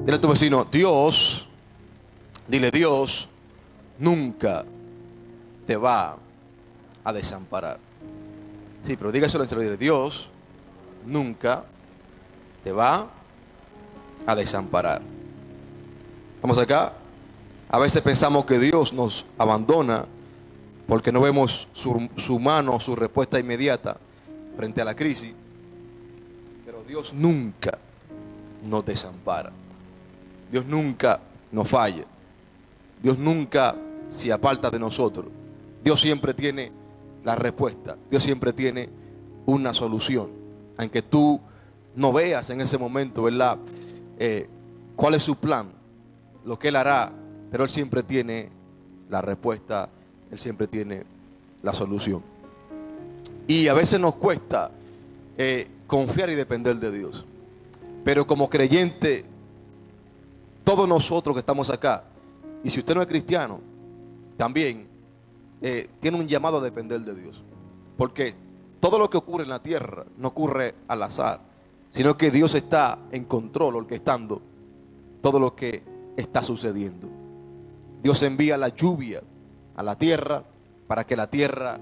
Dile a tu vecino, Dios, dile, Dios nunca te va a desamparar. Sí, pero dígaselo entre los, Dios nunca te va a desamparar. Vamos acá. A veces pensamos que Dios nos abandona porque no vemos su mano, su respuesta inmediata frente a la crisis. Pero Dios nunca nos desampara. Dios nunca nos falla. Dios nunca se aparta de nosotros. Dios siempre tiene la respuesta. Dios siempre tiene una solución. Aunque tú no veas en ese momento, ¿verdad? ¿Cuál es su plan? Lo que Él hará. Pero Él siempre tiene la respuesta. Él siempre tiene la solución. Y a veces nos cuesta confiar y depender de Dios. Pero como creyente, todos nosotros que estamos acá, y si usted no es cristiano, también tiene un llamado a depender de Dios. Porque todo lo que ocurre en la tierra no ocurre al azar, sino que Dios está en control, orquestando todo lo que está sucediendo. Dios envía la lluvia a la tierra para que la tierra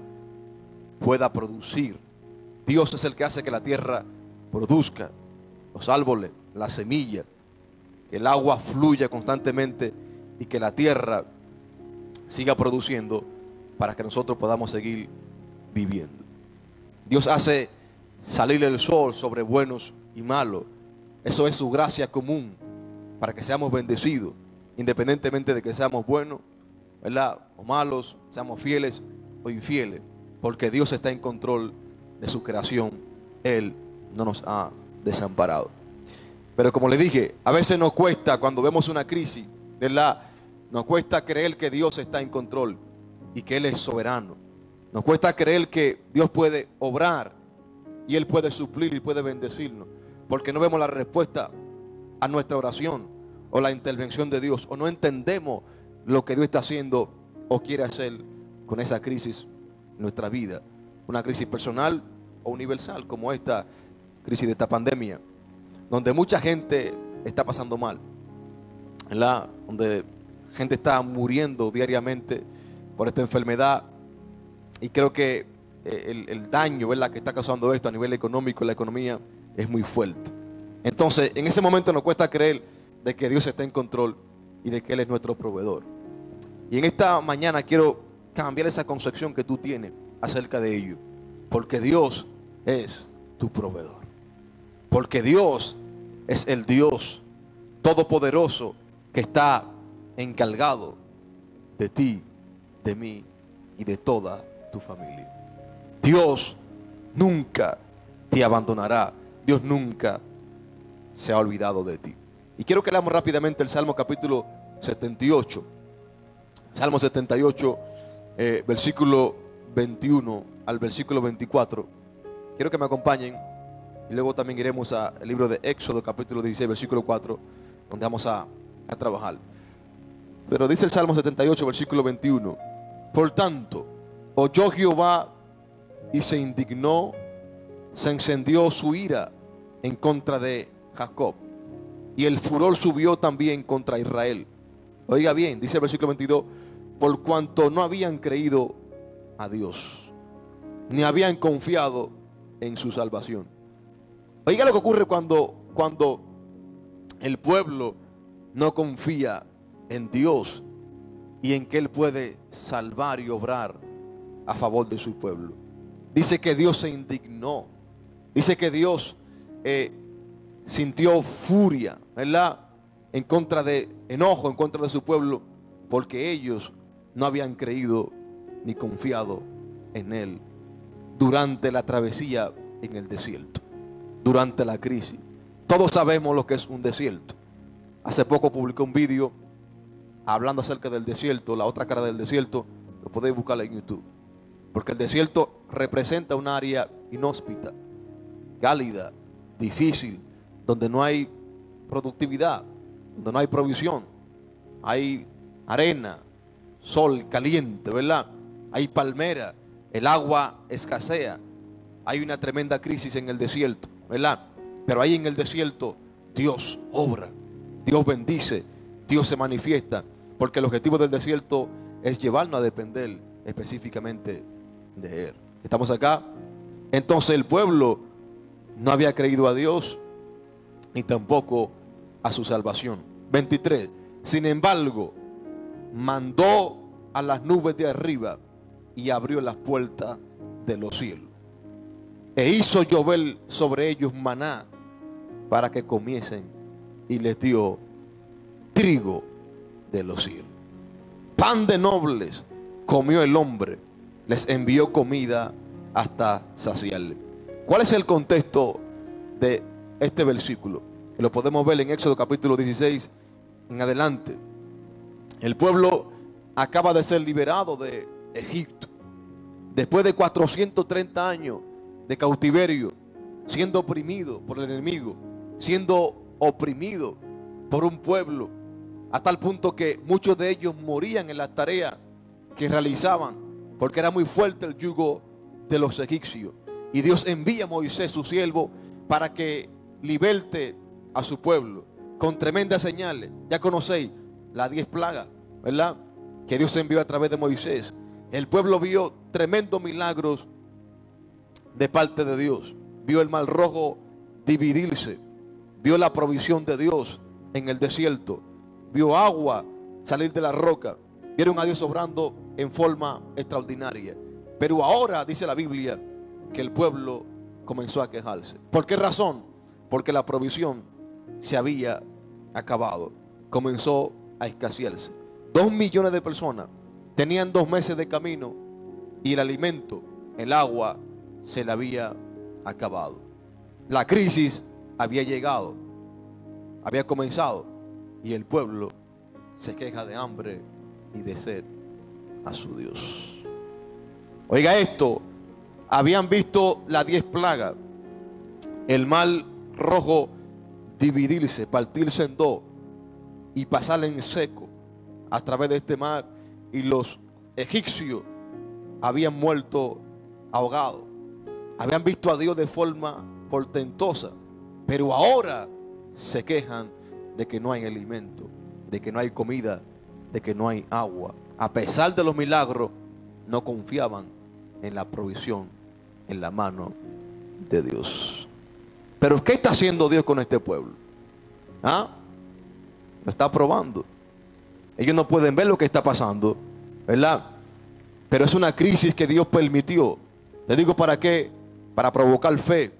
pueda producir. Dios es el que hace que la tierra produzca los árboles, la semilla, que el agua fluya constantemente y que la tierra siga produciendo para que nosotros podamos seguir viviendo. Dios hace salir el sol sobre buenos y malos. Eso es su gracia común para que seamos bendecidos, independientemente de que seamos buenos, ¿verdad?, o malos, seamos fieles o infieles, porque Dios está en control de su creación. Él no nos ha desamparado. Pero como le dije, a veces nos cuesta cuando vemos una crisis, ¿verdad? Nos cuesta creer que Dios está en control y que Él es soberano. Nos cuesta creer que Dios puede obrar y Él puede suplir y puede bendecirnos, porque no vemos la respuesta a nuestra oración o la intervención de Dios, o no entendemos lo que Dios está haciendo o quiere hacer con esa crisis en nuestra vida. Una crisis personal o universal, como esta crisis de esta pandemia, donde mucha gente está pasando mal, ¿verdad? Donde gente está muriendo diariamente por esta enfermedad. Y creo que el daño, ¿verdad?, que está causando esto a nivel económico, la economía es muy fuerte. Entonces, en ese momento nos cuesta creer de que Dios está en control y de que Él es nuestro proveedor. Y en esta mañana quiero cambiar esa concepción que tú tienes acerca de ello. Porque Dios es tu proveedor. Porque Dios es el Dios todopoderoso que está encargado de ti, de mí y de toda tu familia. Dios nunca te abandonará. Dios nunca se ha olvidado de ti. Y quiero que leamos rápidamente el Salmo capítulo 78. Salmo 78, versículo 21 al versículo 24. Quiero que me acompañen. Y luego también iremos al libro de Éxodo capítulo 16, versículo 4, donde vamos a trabajar. Pero dice el Salmo 78, versículo 21. Por tanto, oyó Jehová y se indignó, se encendió su ira en contra de Jacob, y el furor subió también contra Israel. Oiga bien, dice el versículo 22, por cuanto no habían creído a Dios, ni habían confiado en su salvación. Oiga lo que ocurre cuando el pueblo no confía en Dios y en que Él puede salvar y obrar a favor de su pueblo. Dice que Dios se indignó. Dice que Dios sintió furia, ¿verdad?, en contra de enojo, en contra de su pueblo, porque ellos no habían creído ni confiado en Él durante la travesía en el desierto, durante la crisis. Todos sabemos lo que es un desierto. Hace poco publicé un vídeo hablando acerca del desierto, la otra cara del desierto. Lo podéis buscar en YouTube, porque el desierto representa un área inhóspita, cálida, difícil, donde no hay productividad, donde no hay provisión. Hay arena, sol caliente, ¿verdad? Hay palmera, el agua escasea. Hay una tremenda crisis en el desierto, ¿verdad? Pero ahí en el desierto Dios obra. Dios bendice, Dios se manifiesta, porque el objetivo del desierto es llevarnos a depender específicamente de Él. ¿Estamos acá? Entonces el pueblo no había creído a Dios ni tampoco a su salvación. 23. Sin embargo, mandó a las nubes de arriba y abrió las puertas de los cielos, e hizo llover sobre ellos maná para que comiesen, y les dio trigo de los cielos. Pan de nobles comió el hombre, les envió comida hasta saciarle. ¿Cuál es el contexto de este versículo? Que lo podemos ver en Éxodo capítulo 16 en adelante. El pueblo acaba de ser liberado de Egipto. Después de 430 años de cautiverio, siendo oprimido por el enemigo, siendo oprimido por un pueblo, a tal punto que muchos de ellos morían en la tarea que realizaban, porque era muy fuerte el yugo de los egipcios. Y Dios envía a Moisés, su siervo, para que liberte a su pueblo con tremendas señales. Ya conocéis las 10 plagas, ¿verdad?, que Dios envió a través de Moisés. El pueblo vio tremendos milagros de parte de Dios. Vio el mar rojo dividirse, vio la provisión de Dios en el desierto, vio agua salir de la roca, vieron a Dios obrando en forma extraordinaria. Pero ahora dice la Biblia que el pueblo comenzó a quejarse. ¿Por qué razón? Porque la provisión se había acabado, comenzó a escasearse. 2 millones de personas tenían 2 meses de camino y el alimento, el agua, se le había acabado. La crisis había llegado, había comenzado, y el pueblo se queja de hambre y de sed a su Dios. Oiga esto, habían visto las 10 plagas, el mar rojo dividirse, partirse en dos y pasar en seco a través de este mar, y los egipcios habían muerto ahogados. Habían visto a Dios de forma portentosa, pero ahora se quejan de que no hay alimento, de que no hay comida, de que no hay agua. A pesar de los milagros, no confiaban en la provisión, en la mano de Dios. Pero ¿qué está haciendo Dios con este pueblo? ¿Ah? Lo está probando. Ellos no pueden ver lo que está pasando, ¿verdad? Pero es una crisis que Dios permitió. Le digo, ¿para qué? Para provocar fe,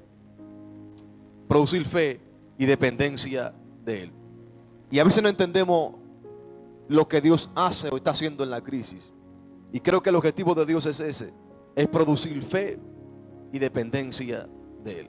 producir fe y dependencia de Él. Y a veces no entendemos lo que Dios hace o está haciendo en la crisis. Y creo que el objetivo de Dios es ese, es producir fe y dependencia de Él.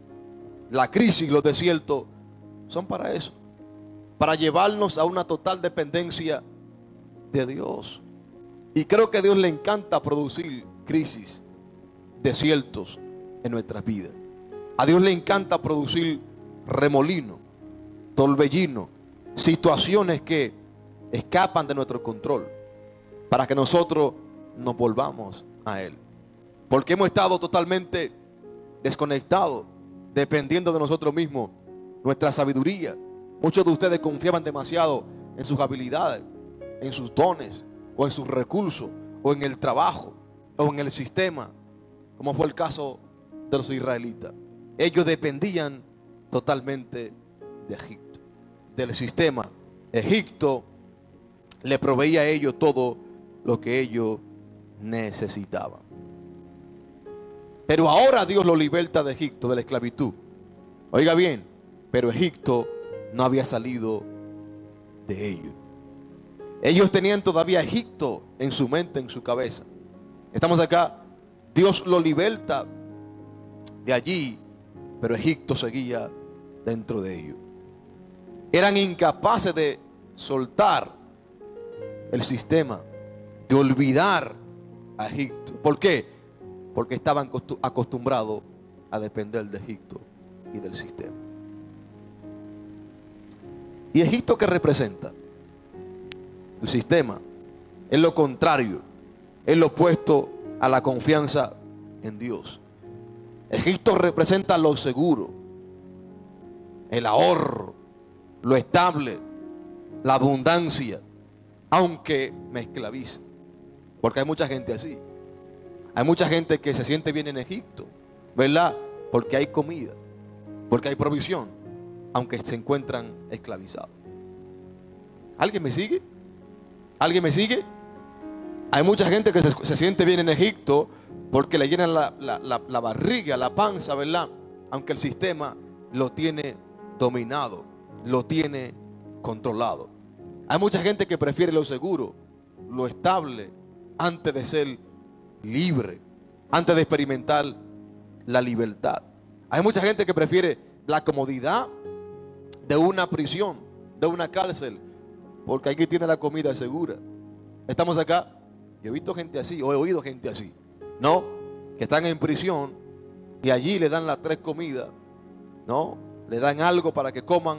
La crisis y los desiertos son para eso, para llevarnos a una total dependencia de Dios. Y creo que a Dios le encanta producir crisis, desiertos en nuestras vidas. A Dios le encanta producir remolino, torbellino, situaciones que escapan de nuestro control, para que nosotros nos volvamos a Él. Porque hemos estado totalmente desconectados, dependiendo de nosotros mismos, nuestra sabiduría. Muchos de ustedes confiaban demasiado en sus habilidades, en sus dones, o en sus recursos, o en el trabajo, o en el sistema, como fue el caso de los israelitas. Ellos dependían totalmente de Egipto, del sistema. Egipto le proveía a ellos todo lo que ellos necesitaban. Pero ahora Dios los liberta de Egipto, de la esclavitud. Oiga bien, pero Egipto no había salido de ellos. Ellos tenían todavía Egipto en su mente, en su cabeza. Estamos acá. Dios lo liberta de allí, pero Egipto seguía dentro de ellos. Eran incapaces de soltar el sistema, de olvidar a Egipto. ¿Por qué? Porque estaban acostumbrados a depender de Egipto y del sistema. ¿Y Egipto qué representa? El sistema. Es lo contrario, es lo opuesto a la confianza en Dios. Egipto representa lo seguro, el ahorro, lo estable, la abundancia, aunque me esclavice. Porque hay mucha gente así. Hay mucha gente que se siente bien en Egipto, ¿verdad? Porque hay comida, porque hay provisión, aunque se encuentran esclavizados. ¿Alguien me sigue? ¿Alguien me sigue? Hay mucha gente que se siente bien en Egipto porque le llenan la barriga, la panza, ¿verdad? Aunque el sistema lo tiene dominado, lo tiene controlado. Hay mucha gente que prefiere lo seguro, lo estable, antes de ser libre, antes de experimentar la libertad. Hay mucha gente que prefiere la comodidad de una prisión, de una cárcel, porque aquí tiene la comida segura. Estamos acá. Yo he visto gente así, o he oído gente así, ¿no? Que están en prisión y allí le dan las 3 comidas, ¿no? Le dan algo para que coman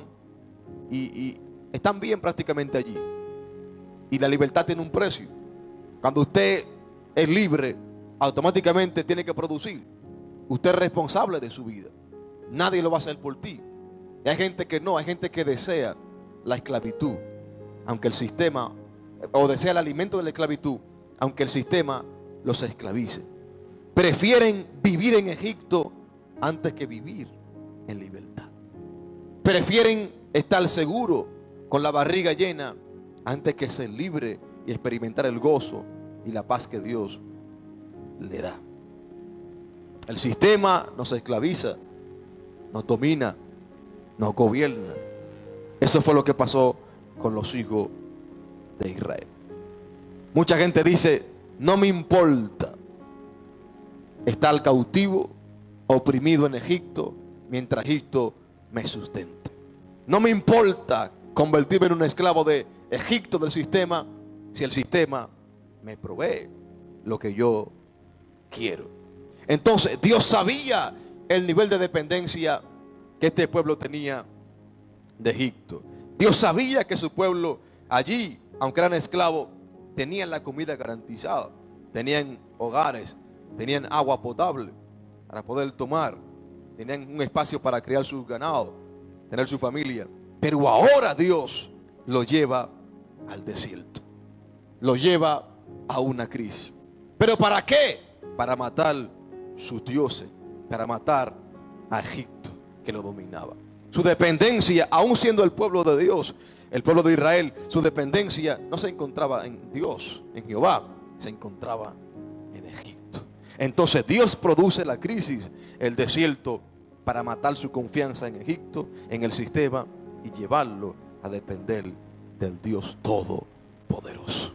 y están bien prácticamente allí. Y la libertad tiene un precio. Cuando usted es libre, automáticamente tiene que producir. Usted es responsable de su vida. Nadie lo va a hacer por ti. Y hay gente que no, hay gente que desea la esclavitud, aunque el sistema, o desea el alimento de la esclavitud, aunque el sistema los esclavice. Prefieren vivir en Egipto antes que vivir en libertad. Prefieren estar seguros con la barriga llena antes que ser libre y experimentar el gozo y la paz que Dios le da. El sistema nos esclaviza, nos domina, nos gobierna. Eso fue lo que pasó con los hijos de Israel. Mucha gente dice, no me importa estar cautivo, oprimido en Egipto, mientras Egipto me sustente. No me importa convertirme en un esclavo de Egipto, del sistema, si el sistema me provee lo que yo quiero. Entonces Dios sabía el nivel de dependencia que este pueblo tenía de Egipto. Dios sabía que su pueblo allí, aunque eran esclavos, tenían la comida garantizada, tenían hogares, tenían agua potable para poder tomar, tenían un espacio para criar sus ganados, tener su familia. Pero ahora Dios lo lleva al desierto, lo lleva a una crisis. ¿Pero para qué? Para matar sus dioses, para matar a Egipto que lo dominaba. Su dependencia, aún siendo el pueblo de Dios, el pueblo de Israel, su dependencia no se encontraba en Dios, en Jehová, se encontraba en Egipto. Entonces Dios produce la crisis, el desierto, para matar su confianza en Egipto, en el sistema, y llevarlo a depender del Dios Todopoderoso.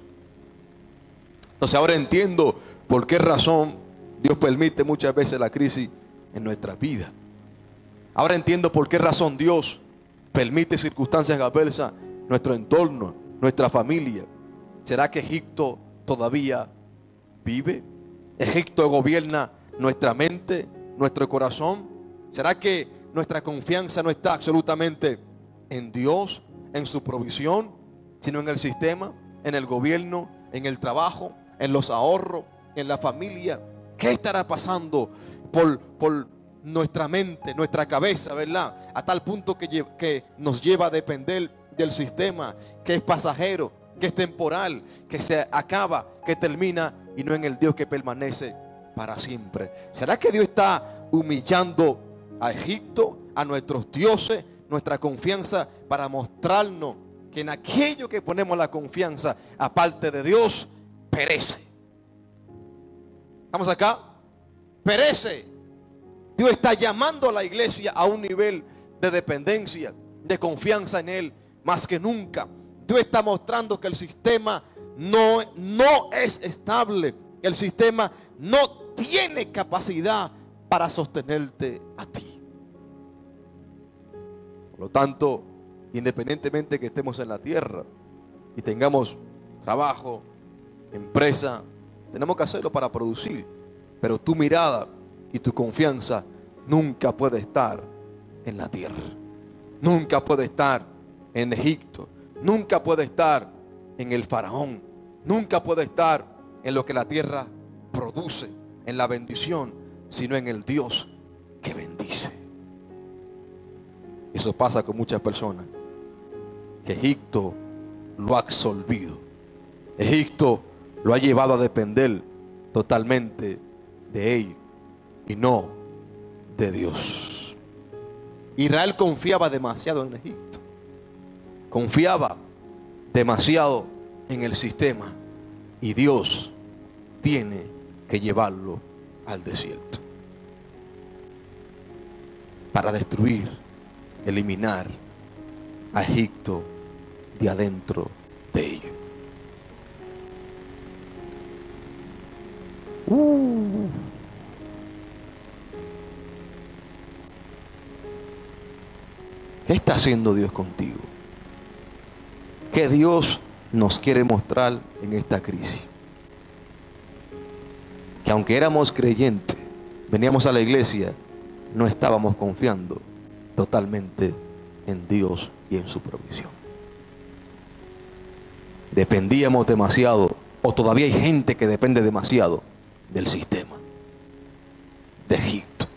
Entonces ahora entiendo por qué razón Dios permite muchas veces la crisis en nuestra vida. Ahora entiendo por qué razón Dios permite circunstancias adversas en nuestro entorno, nuestra familia. ¿Será que Egipto todavía vive? ¿Egipto gobierna nuestra mente, nuestro corazón? ¿Será que nuestra confianza no está absolutamente en Dios, en su provisión, sino en el sistema, en el gobierno, en el trabajo, en los ahorros, en la familia? ¿Qué estará pasando por nuestra mente, nuestra cabeza, verdad? A tal punto que nos lleva a depender del sistema, que es pasajero, que es temporal, que se acaba, que termina, y no en el Dios que permanece para siempre. ¿Será que Dios está humillando a Egipto, a nuestros dioses, nuestra confianza, para mostrarnos que en aquello que ponemos la confianza, aparte de Dios, perece? ¿Estamos acá? Perece. Dios está llamando a la iglesia a un nivel de dependencia, de confianza en Él, más que nunca. Dios está mostrando que el sistema no es estable. El sistema no tiene capacidad para sostenerte a ti. Por lo tanto, independientemente que estemos en la tierra y tengamos trabajo, empresa, tenemos que hacerlo para producir. Pero tu mirada y tu confianza nunca puede estar en la tierra. Nunca puede estar en Egipto. Nunca puede estar en el faraón. Nunca puede estar en lo que la tierra produce, en la bendición, sino en el Dios que bendice. Eso pasa con muchas personas que Egipto lo ha absolvido. Egipto lo ha llevado a depender totalmente de él y no de Dios. Israel confiaba demasiado en Egipto. Confiaba demasiado en el sistema. Y Dios tiene que llevarlo al desierto para destruir, eliminar a Egipto de adentro de ellos. ¿Qué está haciendo Dios contigo? ¿Qué Dios nos quiere mostrar en esta crisis? Que aunque éramos creyentes, veníamos a la iglesia, no estábamos confiando totalmente en Dios y en su provisión. Dependíamos demasiado, o todavía hay gente que depende demasiado del sistema, de Egipto.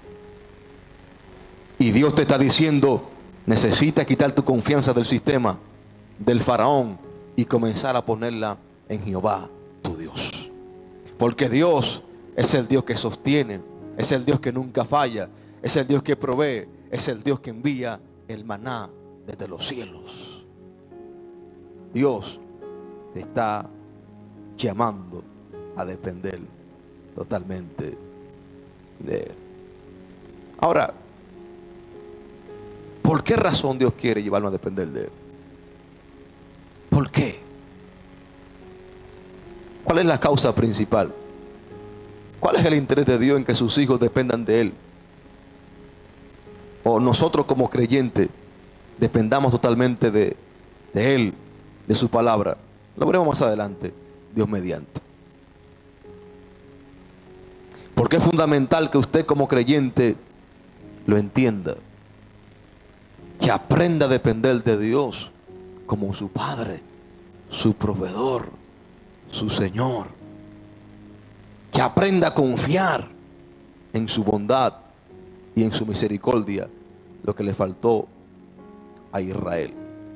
Y Dios te está diciendo: necesitas quitar tu confianza del sistema, del faraón, y comenzar a ponerla en Jehová, tu Dios. Porque Dios es el Dios que sostiene, es el Dios que nunca falla, es el Dios que provee, es el Dios que envía el maná desde los cielos. Dios te está llamando a depender totalmente de Él. Ahora, ¿por qué razón Dios quiere llevarnos a depender de Él? ¿Por qué? ¿Cuál es la causa principal? ¿Cuál es el interés de Dios en que sus hijos dependan de Él? O nosotros como creyentes dependamos totalmente de Él, de su palabra. Lo veremos más adelante, Dios mediante. Porque es fundamental que usted como creyente lo entienda, que aprenda a depender de Dios como su Padre, su proveedor, su Señor. Que aprenda a confiar en su bondad y en su misericordia, lo que le faltó a Israel.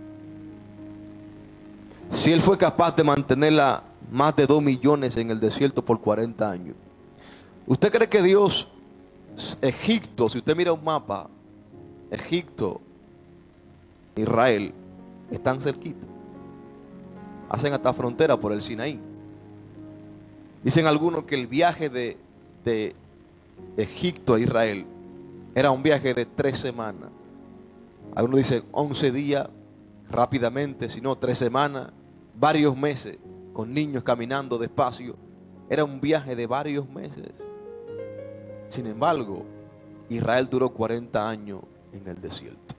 Si él fue capaz de mantenerla más de 2 millones en el desierto por 40 años, ¿usted cree que Dios, Egipto, si usted mira un mapa, Egipto, Israel, están cerquita? Hacen hasta frontera por el Sinaí. Dicen algunos que el viaje de Egipto a Israel era un viaje de 3 semanas. Algunos dicen 11 días rápidamente, si no 3 semanas, varios meses, con niños caminando despacio. Era un viaje de varios meses. Sin embargo, Israel duró 40 años en el desierto.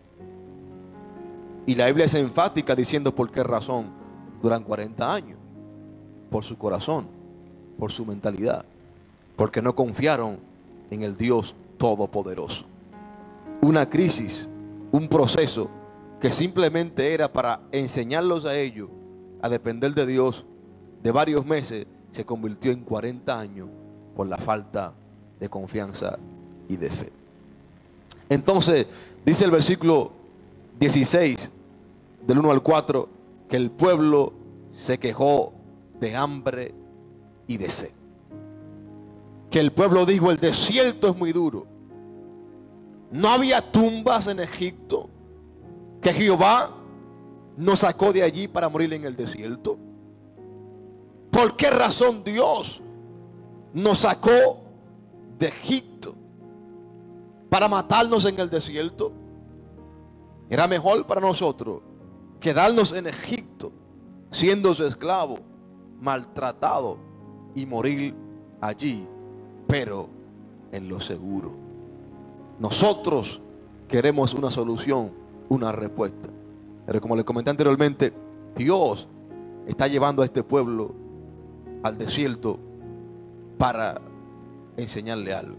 Y la Biblia es enfática diciendo por qué razón duran 40 años. Por su corazón, por su mentalidad, porque no confiaron en el Dios Todopoderoso. Una crisis, un proceso que simplemente era para enseñarlos a ellos a depender de Dios, de varios meses, se convirtió en 40 años por la falta de confianza y de fe. Entonces, dice el versículo 16, del 1 al 4, que el pueblo se quejó de hambre y de sed. Que el pueblo dijo: el desierto es muy duro. No había tumbas en Egipto, que Jehová nos sacó de allí para morir en el desierto. ¿Por qué razón Dios nos sacó de Egipto para matarnos en el desierto? Era mejor para nosotros quedarnos en Egipto siendo su esclavo, maltratado, y morir allí, pero en lo seguro. Nosotros queremos una solución, una respuesta. Pero como les comenté anteriormente, Dios está llevando a este pueblo al desierto para enseñarle algo,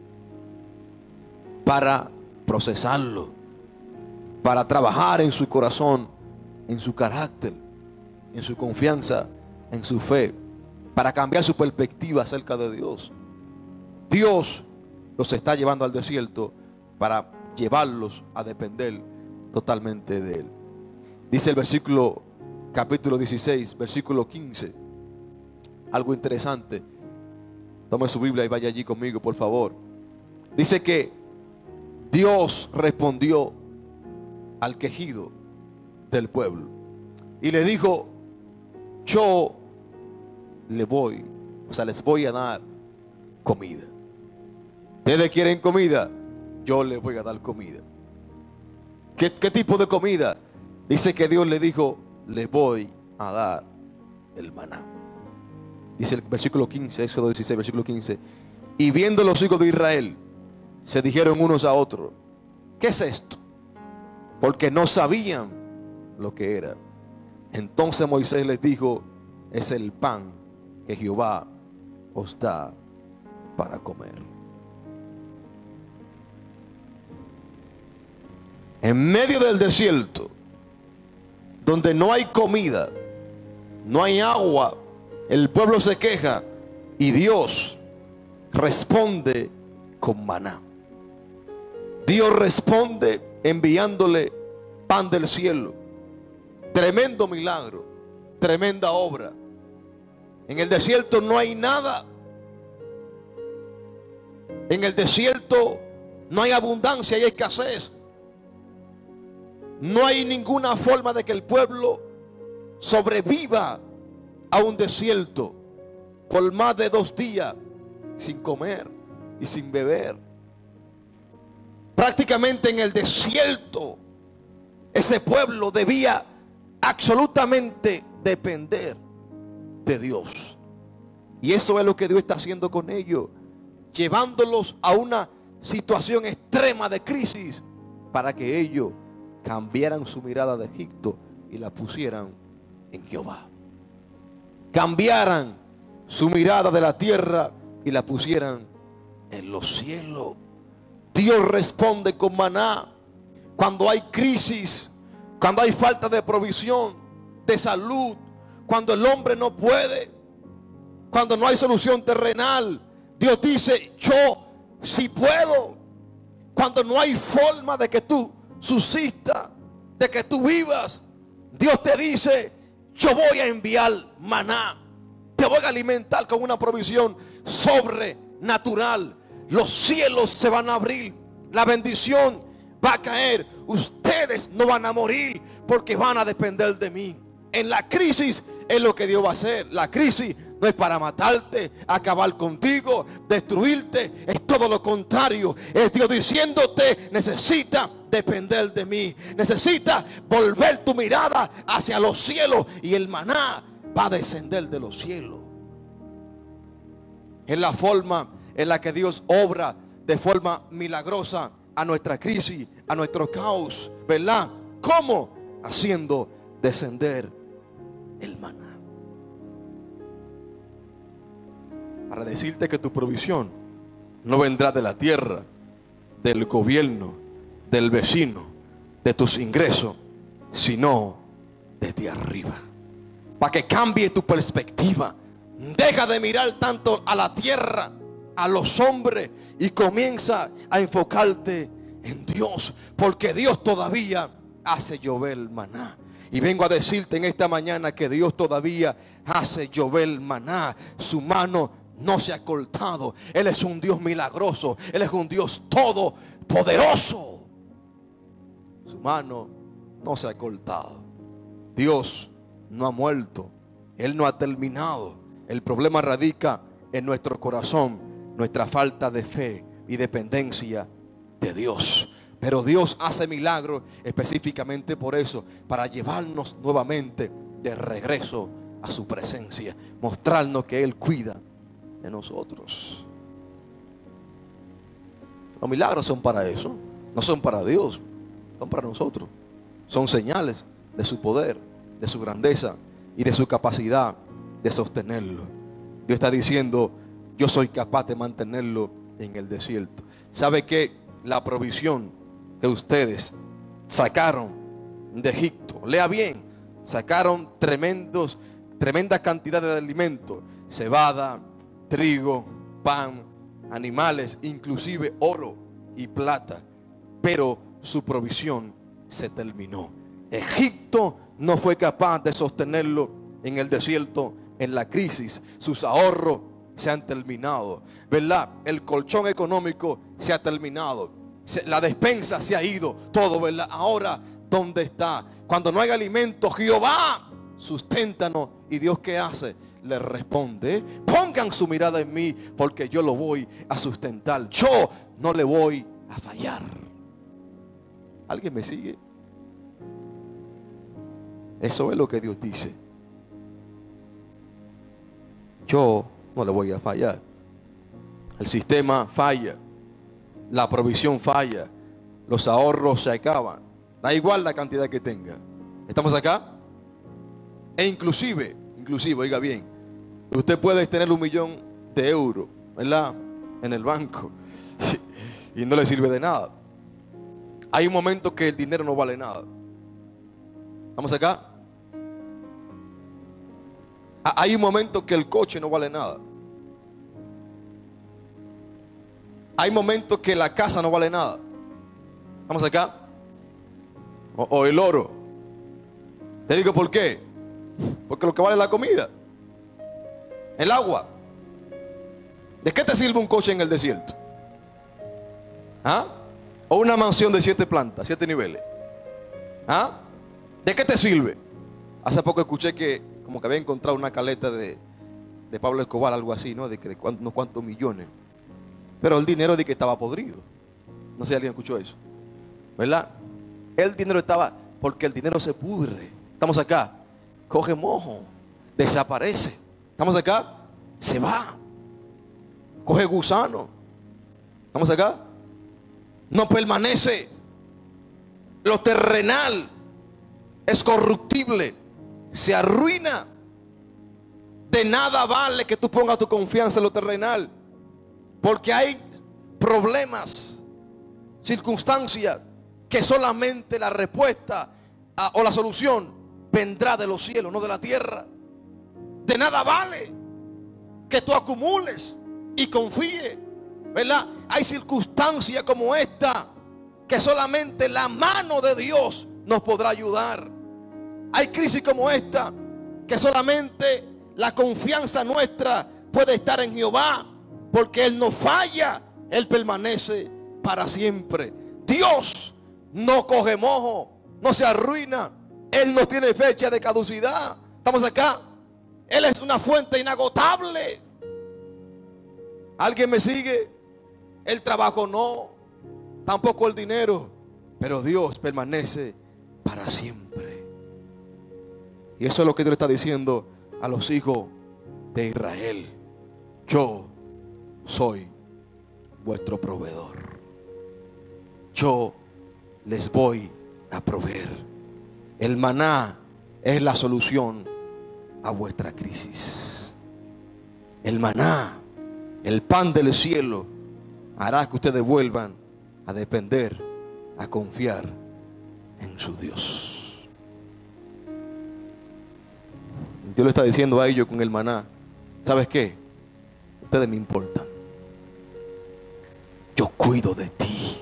para procesarlo, para trabajar en su corazón, en su carácter, en su confianza, en su fe, para cambiar su perspectiva acerca de Dios. Dios los está llevando al desierto para llevarlos a depender totalmente de Él. Dice el versículo, capítulo 16, versículo 15. Algo interesante. Tome su Biblia y vaya allí conmigo, por favor. Dice que Dios respondió al quejido del pueblo y le dijo: yo les voy a dar comida. ¿Ustedes quieren comida? Yo les voy a dar comida. ¿Qué tipo de comida? Dice que Dios le dijo: les voy a dar el maná. Dice el versículo 15, Éxodo 16, versículo 15. Y viendo los hijos de Israel, se dijeron unos a otros: ¿qué es esto? Porque no sabían lo que era. Entonces Moisés les dijo: es el pan que Jehová os da para comer. En medio del desierto, donde no hay comida, no hay agua, el pueblo se queja y Dios responde con maná. Dios responde enviándole pan del cielo. Tremendo milagro, tremenda obra. En el desierto no hay nada. En el desierto no hay abundancia, hay escasez. No hay ninguna forma de que el pueblo sobreviva a un desierto por más de 2 días sin comer y sin beber. Prácticamente en el desierto ese pueblo debía absolutamente depender de Dios. Y eso es lo que Dios está haciendo con ellos, llevándolos a una situación extrema de crisis para que ellos cambiaran su mirada de Egipto y la pusieran en Jehová. Cambiaran su mirada de la tierra y la pusieran en los cielos. Dios responde con maná cuando hay crisis, cuando hay falta de provisión, de salud, cuando el hombre no puede, cuando no hay solución terrenal. Dios dice: yo sí puedo. Cuando no hay forma de que tú subsista, de que tú vivas, Dios te dice: yo voy a enviar maná, te voy a alimentar con una provisión sobrenatural. Los cielos se van a abrir, la bendición va a caer, ustedes no van a morir porque van a depender de mí. En la crisis es lo que Dios va a hacer. La crisis no es para matarte, acabar contigo, destruirte. Es todo lo contrario. Es Dios diciéndote: necesita depender de mí. Necesita volver tu mirada hacia los cielos y el maná va a descender de los cielos. Es la forma en la que Dios obra de forma milagrosa a nuestra crisis, a nuestro caos, ¿verdad? ¿Cómo? Haciendo descender el maná. Para decirte que tu provisión no vendrá de la tierra, del gobierno, del vecino, de tus ingresos, sino desde arriba. Para que cambie tu perspectiva. Deja de mirar tanto a la tierra, a los hombres, y comienza a enfocarte en Dios, porque Dios todavía hace llover el maná. Y vengo a decirte en esta mañana que Dios todavía hace llover el maná. Su mano no se ha cortado. Él es un Dios milagroso. Él es un Dios todopoderoso. Su mano no se ha cortado. Dios no ha muerto. Él no ha terminado. El problema radica en nuestro corazón, nuestra falta de fe y dependencia de Dios. Pero Dios hace milagros específicamente por eso, para llevarnos nuevamente de regreso a su presencia, mostrarnos que Él cuida de nosotros. Los milagros son para eso, no son para Dios, son para nosotros. Son señales de su poder, de su grandeza y de su capacidad de sostenerlo. Dios está diciendo: yo soy capaz de mantenerlo en el desierto. ¿Sabe qué? La provisión que ustedes sacaron de Egipto, lea bien, sacaron tremendas cantidades de alimentos, cebada, trigo, pan, animales, inclusive oro y plata. Pero su provisión se terminó. Egipto no fue capaz de sostenerlo en el desierto, en la crisis. Sus ahorros se han terminado, ¿verdad? El colchón económico se ha terminado. La despensa se ha ido, todo, ¿verdad? Ahora, ¿dónde está? Cuando no hay alimento, Jehová, susténtanos. ¿Y Dios qué hace? Le responde: pongan su mirada en mí, porque yo lo voy a sustentar. Yo no le voy a fallar. ¿Alguien me sigue? Eso es lo que Dios dice. Yo no le voy a fallar. El sistema falla, la provisión falla, los ahorros se acaban. Da igual la cantidad que tenga. ¿Estamos acá? E inclusive, oiga bien, usted puede tener 1 millón de euros, ¿verdad?, en el banco y no le sirve de nada. Hay un momento que el dinero no vale nada. ¿Estamos acá? Hay un momento que el coche no vale nada. Hay momentos que la casa no vale nada. ¿Estamos acá? O el oro. Te digo por qué. Porque lo que vale es la comida, el agua. ¿De qué te sirve un coche en el desierto? ¿Ah? O una mansión de 7 plantas, 7 niveles. ¿Ah? ¿De qué te sirve? Hace poco escuché que como que había encontrado una caleta de Pablo Escobar, algo así, ¿no? De unos cuantos millones. Pero el dinero de que estaba podrido. No sé si alguien escuchó eso, ¿verdad? El dinero estaba, porque el dinero se pudre. Estamos acá. Coge mojo, desaparece. Estamos acá. Se va. Coge gusano. Estamos acá. No permanece. Lo terrenal es corruptible, se arruina. De nada vale que tú pongas tu confianza en lo terrenal, porque hay problemas, circunstancias que solamente la respuesta o la solución vendrá de los cielos, no de la tierra. De nada vale que tú acumules y confíes, ¿verdad? Hay circunstancias como esta que solamente la mano de Dios nos podrá ayudar. Hay crisis como esta que solamente la confianza nuestra puede estar en Jehová, porque Él no falla, Él permanece para siempre. Dios no coge mojo, no se arruina, Él no tiene fecha de caducidad. Estamos acá. Él es una fuente inagotable. ¿Alguien me sigue? El trabajo no, tampoco el dinero, pero Dios permanece para siempre. Y eso es lo que Dios está diciendo a los hijos de Israel: yo soy vuestro proveedor. Yo les voy a proveer. El maná es la solución a vuestra crisis. El maná, el pan del cielo, hará que ustedes vuelvan a depender, a confiar en su Dios. Dios le está diciendo a ellos con el maná: ¿sabes qué? Ustedes me importan. Yo cuido de ti.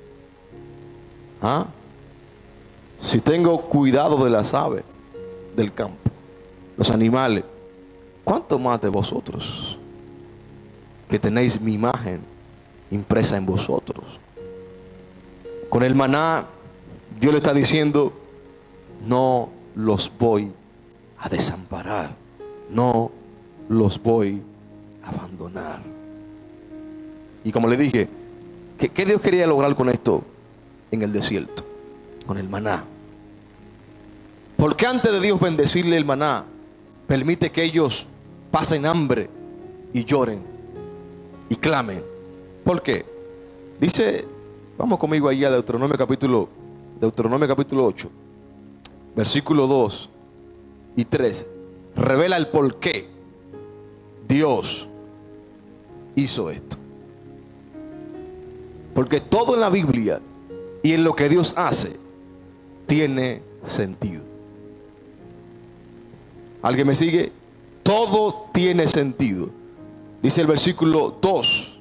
¿Ah? Si tengo cuidado de las aves del campo, los animales, ¿cuánto más de vosotros, que tenéis mi imagen impresa en vosotros? Con el maná, Dios le está diciendo: no los voy a desamparar, no los voy a abandonar. Y como le dije, ¿qué Dios quería lograr con esto en el desierto? Con el maná. Porque antes de Dios bendecirle el maná, permite que ellos pasen hambre y lloren y clamen. ¿Por qué? Dice, vamos conmigo ahí a Deuteronomio capítulo 8, versículo 2 y 3. Revela el por qué Dios hizo esto. Porque todo en la Biblia y en lo que Dios hace tiene sentido. ¿Alguien me sigue? Todo tiene sentido. Dice el versículo 2,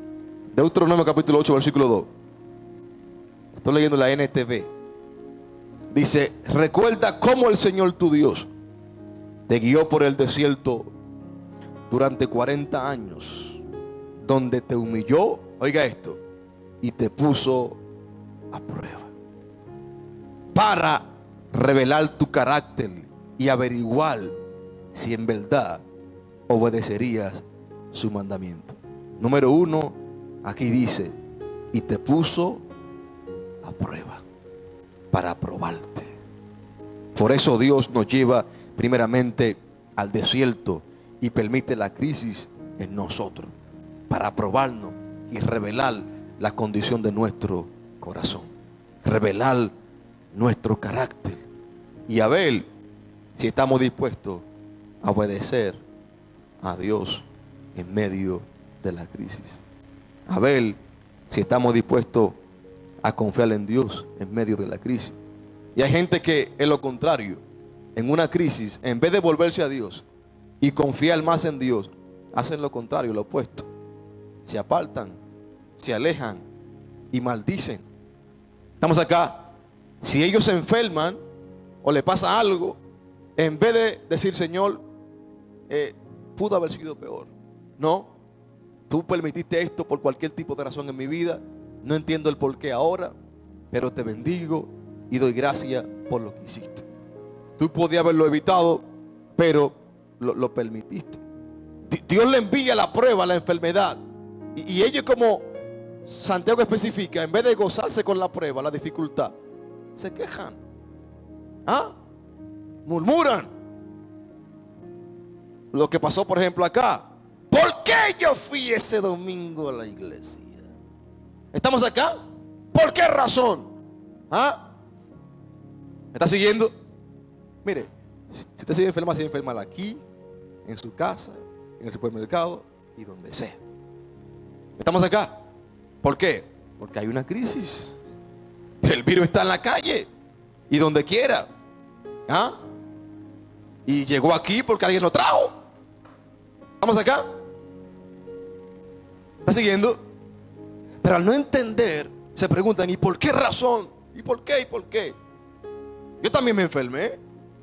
Deuteronomio capítulo 8, versículo 2. Estoy leyendo la NTV. Dice, recuerda cómo el Señor tu Dios te guió por el desierto durante 40 años, donde te humilló, oiga esto, y te puso a prueba para revelar tu carácter y averiguar si en verdad obedecerías su mandamiento. Número 1, aquí dice, y te puso a prueba para probarte. Por eso Dios nos lleva primeramente al desierto y permite la crisis en nosotros para probarnos y revelar la condición de nuestro corazón, revelar nuestro carácter y a ver si estamos dispuestos a obedecer a Dios en medio de la crisis, a ver si estamos dispuestos a confiar en Dios en medio de la crisis. Y hay gente que es lo contrario, en una crisis, en vez de volverse a Dios y confiar más en Dios, hacen lo contrario, lo opuesto. Se apartan, se alejan y maldicen. Estamos acá. Si ellos se enferman o le pasa algo, en vez de decir, Señor, pudo haber sido peor. No, tú permitiste esto por cualquier tipo de razón en mi vida. No entiendo el por qué ahora, pero te bendigo y doy gracias por lo que hiciste. Tú podías haberlo evitado, pero lo permitiste. Dios le envía la prueba, la enfermedad. Y ellos, como Santiago especifica, en vez de gozarse con la prueba, la dificultad, se quejan. Murmuran. Lo que pasó, por ejemplo, acá. ¿Por qué yo fui ese domingo a la iglesia? ¿Estamos acá? ¿Por qué razón? ¿Me está siguiendo? Mire, si usted se enferma aquí, en su casa, en el supermercado y donde sea. ¿Estamos acá? ¿Por qué? Porque hay una crisis. El virus está en la calle y donde quiera. Y llegó aquí porque alguien lo trajo. ¿Estamos acá? ¿Está siguiendo? Pero al no entender, se preguntan, ¿y por qué razón? ¿Y por qué? ¿Y por qué? Yo también me enfermé.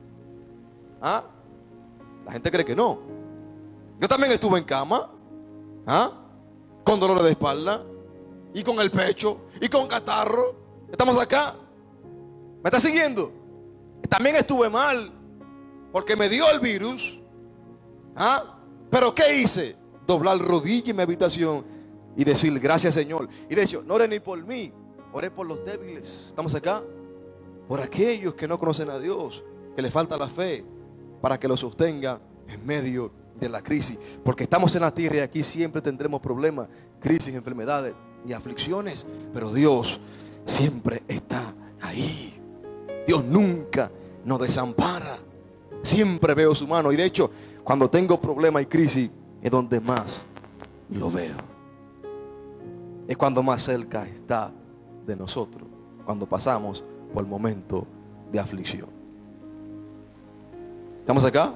La gente cree que no. Yo también estuve en cama, con dolores de espalda, y con el pecho, y con catarro. ¿Estamos acá? ¿Me está siguiendo? También estuve mal, porque me dio el virus. Pero ¿qué hice? Doblar rodilla en mi habitación y decir, gracias Señor. Y de hecho, no oré ni por mí, oré por los débiles. ¿Estamos acá? Por aquellos que no conocen a Dios, que les falta la fe, para que lo sostenga en medio de la crisis. Porque estamos en la tierra y aquí siempre tendremos problemas, crisis, enfermedades y aflicciones. Pero Dios siempre está ahí. Dios nunca nos desampara. Siempre veo su mano. Y de hecho, cuando tengo problemas y crisis, es donde más lo veo. Es cuando más cerca está de nosotros, cuando pasamos por el momento de aflicción. ¿Estamos acá?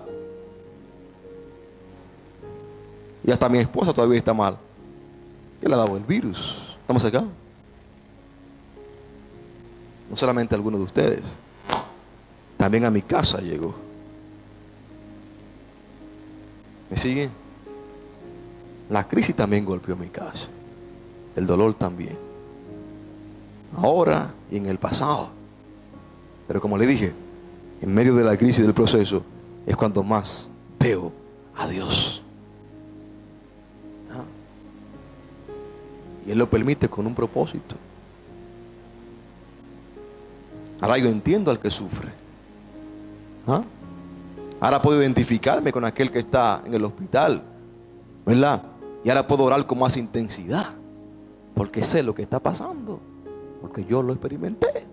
Y hasta mi esposa todavía está mal. ¿Qué le ha dado el virus? ¿Estamos acá? No solamente a algunos de ustedes, también a mi casa llegó. ¿Me siguen? La crisis también golpeó mi casa. El dolor también. Ahora y en el pasado. Pero como le dije, en medio de la crisis del proceso es cuando más veo a Dios. Y Él lo permite con un propósito. Ahora yo entiendo al que sufre. Ahora puedo identificarme con aquel que está en el hospital, ¿verdad? Y ahora puedo orar con más intensidad, porque sé lo que está pasando, porque yo lo experimenté.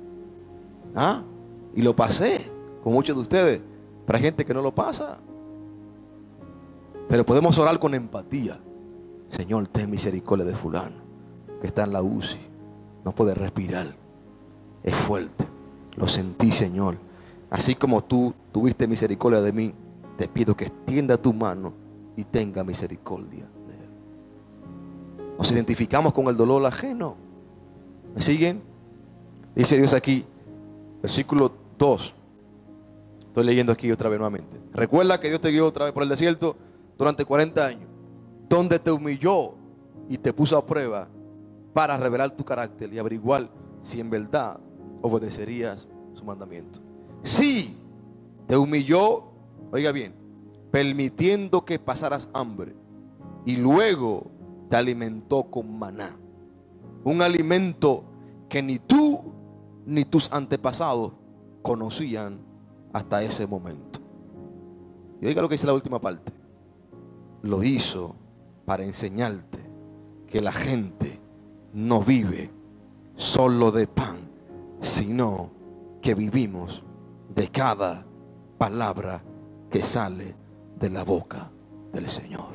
Y lo pasé con muchos de ustedes, pero hay gente que no lo pasa. Pero podemos orar con empatía. Señor, ten misericordia de fulano, que está en la UCI, no puede respirar, es fuerte. Lo sentí, Señor. Así como tú tuviste misericordia de mí, te pido que extienda tu mano y tenga misericordia de él. Nos identificamos con el dolor ajeno. ¿Me siguen? Dice Dios aquí, Versículo 2. Estoy leyendo aquí otra vez nuevamente. Recuerda que Dios te guió otra vez por el desierto durante 40 años, donde te humilló y te puso a prueba para revelar tu carácter y averiguar si en verdad obedecerías su mandamiento. Sí, te humilló, oiga bien, permitiendo que pasaras hambre, y luego te alimentó con maná, un alimento que ni tú ni tus antepasados conocían hasta ese momento. Y oiga lo que dice la última parte. Lo hizo para enseñarte que la gente no vive solo de pan, sino que vivimos de cada palabra que sale de la boca del Señor.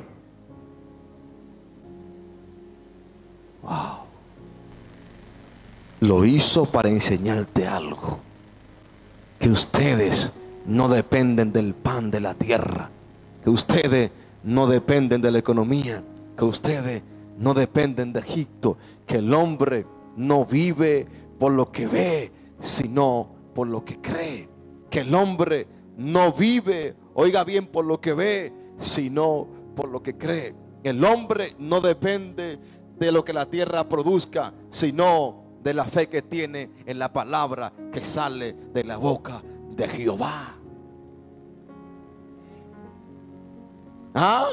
Wow. Lo hizo para enseñarte algo, que ustedes no dependen del pan de la tierra, que ustedes no dependen de la economía, que ustedes no dependen de Egipto, que el hombre no vive por lo que ve, sino por lo que cree, que el hombre no vive, oiga bien, por lo que ve, sino por lo que cree. El hombre no depende de lo que la tierra produzca, sino de la fe que tiene en la palabra que sale de la boca de Jehová. ¿Ah?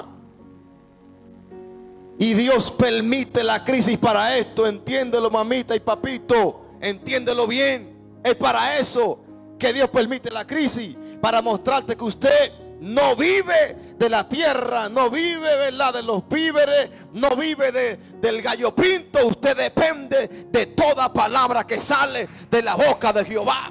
Y Dios permite la crisis para esto. Entiéndelo, mamita y papito, entiéndelo bien. Es para eso que Dios permite la crisis, para mostrarte que usted no vive de la tierra, no vive, ¿verdad?, de los víveres, no vive del gallo pinto. Usted depende de toda palabra que sale de la boca de Jehová.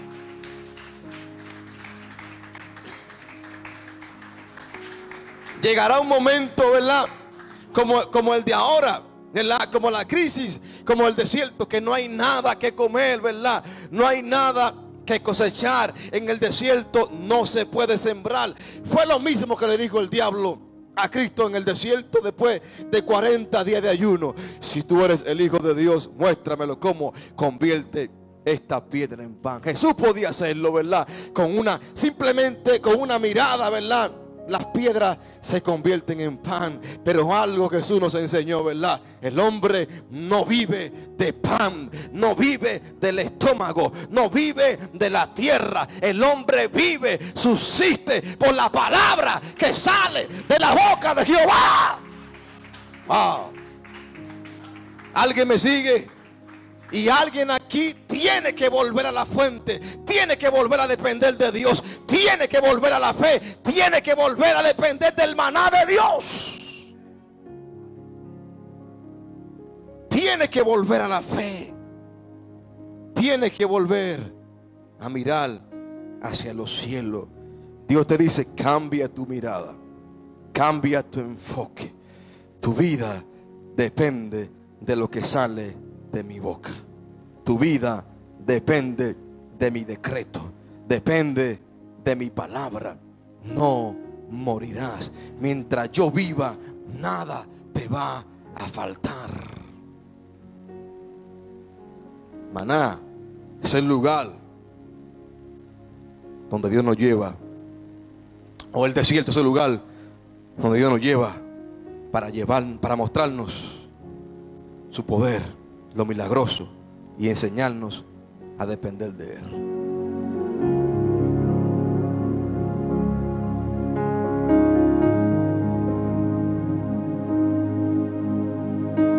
Llegará un momento, ¿verdad?, como el de ahora, ¿verdad?, como la crisis, como el desierto, que no hay nada que comer, ¿verdad? No hay nada que cosechar. En el desierto no se puede sembrar. Fue lo mismo que le dijo el diablo a Cristo en el desierto después de 40 días de ayuno. Si tú eres el Hijo de Dios, muéstramelo cómo convierte esta piedra en pan. Jesús podía hacerlo, ¿verdad? Simplemente con una mirada, ¿verdad? Las piedras se convierten en pan. Pero algo Jesús nos enseñó, ¿verdad? El hombre no vive de pan, no vive del estómago, no vive de la tierra. El hombre vive, subsiste por la palabra que sale de la boca de Jehová. Wow. ¿Alguien me sigue? Y alguien aquí tiene que volver a la fuente, tiene que volver a depender de Dios, tiene que volver a la fe, tiene que volver a depender del maná de Dios. Tiene que volver a la fe, tiene que volver a mirar hacia los cielos. Dios te dice: cambia tu mirada, cambia tu enfoque. Tu vida depende de lo que sale de mi boca. Tu vida depende de mi decreto, depende de mi palabra. No morirás. Mientras yo viva, nada te va a faltar. Maná es el lugar donde Dios nos lleva, o el desierto es el lugar donde Dios nos lleva para mostrarnos su poder, lo milagroso, y enseñarnos a depender de Él.